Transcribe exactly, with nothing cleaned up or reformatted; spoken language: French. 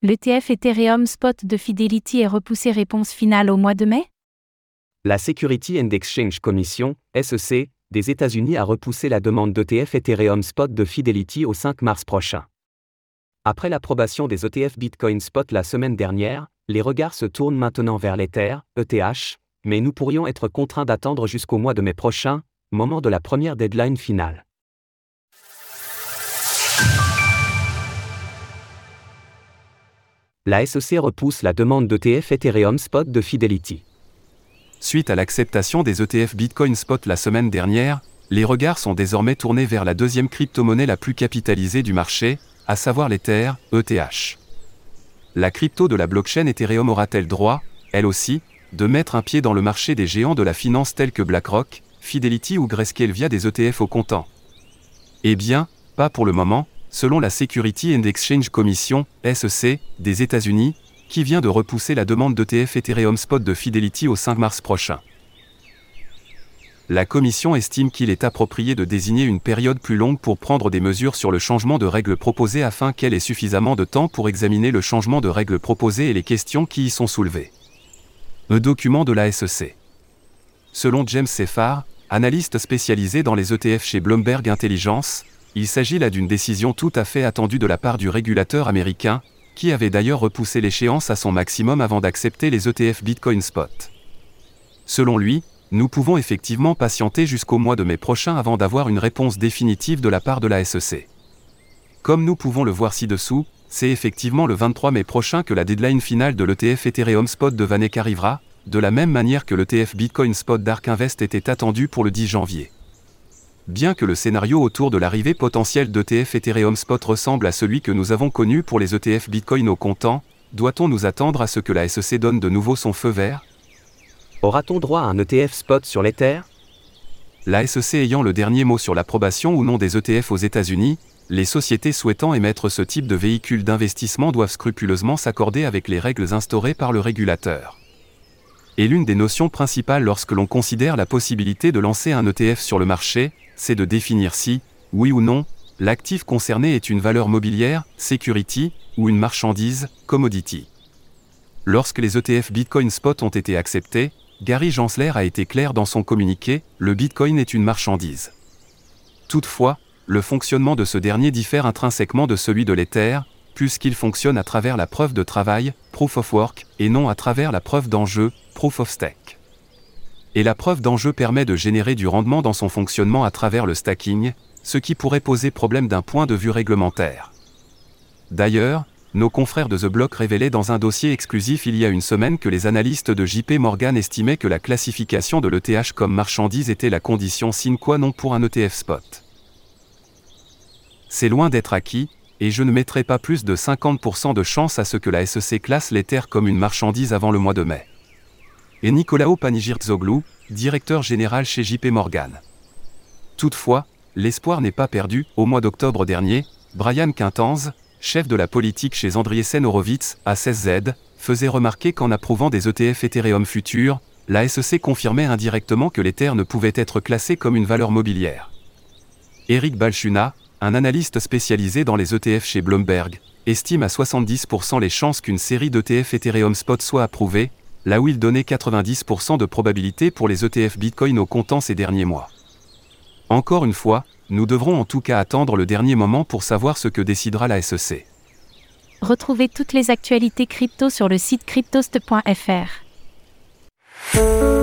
L'E T F Ethereum Spot de Fidelity est repoussé. Réponse finale au mois de mai? La Security and Exchange Commission, S E C, des États-Unis a repoussé la demande d'E T F Ethereum Spot de Fidelity au cinq mars prochain. Après l'approbation des E T F Bitcoin Spot la semaine dernière, les regards se tournent maintenant vers l'Ether, E T H, mais nous pourrions être contraints d'attendre jusqu'au mois de mai prochain, moment de la première deadline finale. La S E C repousse la demande d'E T F Ethereum Spot de Fidelity. Suite à l'acceptation des E T F Bitcoin Spot la semaine dernière, les regards sont désormais tournés vers la deuxième crypto-monnaie la plus capitalisée du marché, à savoir l'Ether, E T H. La crypto de la blockchain Ethereum aura-t-elle droit, elle aussi, de mettre un pied dans le marché des géants de la finance tels que BlackRock, Fidelity ou Grayscale via des E T F au comptant? Eh bien, pas pour le moment, selon la Security and Exchange Commission, S E C, des États-Unis, qui vient de repousser la demande d'E T F Ethereum Spot de Fidelity au cinq mars prochain. La Commission estime qu'il est approprié de désigner une période plus longue pour prendre des mesures sur le changement de règles proposées afin qu'elle ait suffisamment de temps pour examiner le changement de règles proposées et les questions qui y sont soulevées. Un document de la S E C. Selon James Seyfarth, analyste spécialisé dans les E T F chez Bloomberg Intelligence, il s'agit là d'une décision tout à fait attendue de la part du régulateur américain, qui avait d'ailleurs repoussé l'échéance à son maximum avant d'accepter les E T F Bitcoin Spot. Selon lui, nous pouvons effectivement patienter jusqu'au mois de mai prochain avant d'avoir une réponse définitive de la part de la S E C. Comme nous pouvons le voir ci-dessous, c'est effectivement le vingt-trois mai prochain que la deadline finale de l'E T F Ethereum Spot de Vanek arrivera, de la même manière que l'E T F Bitcoin Spot d'Ark Invest était attendu pour le dix janvier. Bien que le scénario autour de l'arrivée potentielle d'E T F Ethereum Spot ressemble à celui que nous avons connu pour les E T F Bitcoin au comptant, doit-on nous attendre à ce que la S E C donne de nouveau son feu vert? Aura-t-on droit à un E T F Spot sur l'Ether? La S E C ayant le dernier mot sur l'approbation ou non des E T F aux États-Unis, les sociétés souhaitant émettre ce type de véhicule d'investissement doivent scrupuleusement s'accorder avec les règles instaurées par le régulateur. Et l'une des notions principales lorsque l'on considère la possibilité de lancer un E T F sur le marché, c'est de définir si, oui ou non, l'actif concerné est une valeur mobilière, security, ou une marchandise, commodity. Lorsque les E T F Bitcoin Spot ont été acceptés, Gary Gensler a été clair dans son communiqué, le Bitcoin est une marchandise. Toutefois, le fonctionnement de ce dernier diffère intrinsèquement de celui de l'Ether, puisqu'il fonctionne à travers la preuve de travail, proof of work, et non à travers la preuve d'enjeu, proof of stake. Et la preuve d'enjeu permet de générer du rendement dans son fonctionnement à travers le stacking, ce qui pourrait poser problème d'un point de vue réglementaire. D'ailleurs, nos confrères de The Block révélaient dans un dossier exclusif il y a une semaine que les analystes de J P Morgan estimaient que la classification de l'E T H comme marchandise était la condition sine qua non pour un E T F spot. C'est loin d'être acquis, et je ne mettrai pas plus de cinquante pour cent de chance à ce que la S E C classe l'Ether comme une marchandise avant le mois de mai. Et Nicolaos Panigirtzoglou, directeur général chez J P Morgan. Toutefois, l'espoir n'est pas perdu. Au mois d'octobre dernier, Brian Quintanz, chef de la politique chez Andreessen Horowitz, A seize Z, faisait remarquer qu'en approuvant des E T F Ethereum futurs, la S E C confirmait indirectement que l'Ether ne pouvait être classé comme une valeur mobilière. Eric Balchunas, un analyste spécialisé dans les E T F chez Bloomberg, estime à soixante-dix pour cent les chances qu'une série d'E T F Ethereum Spot soit approuvée, là où il donnait quatre-vingt-dix pour cent de probabilité pour les E T F Bitcoin au comptant ces derniers mois. Encore une fois, nous devrons en tout cas attendre le dernier moment pour savoir ce que décidera la S E C. Retrouvez toutes les actualités crypto sur le site cryptost point f r.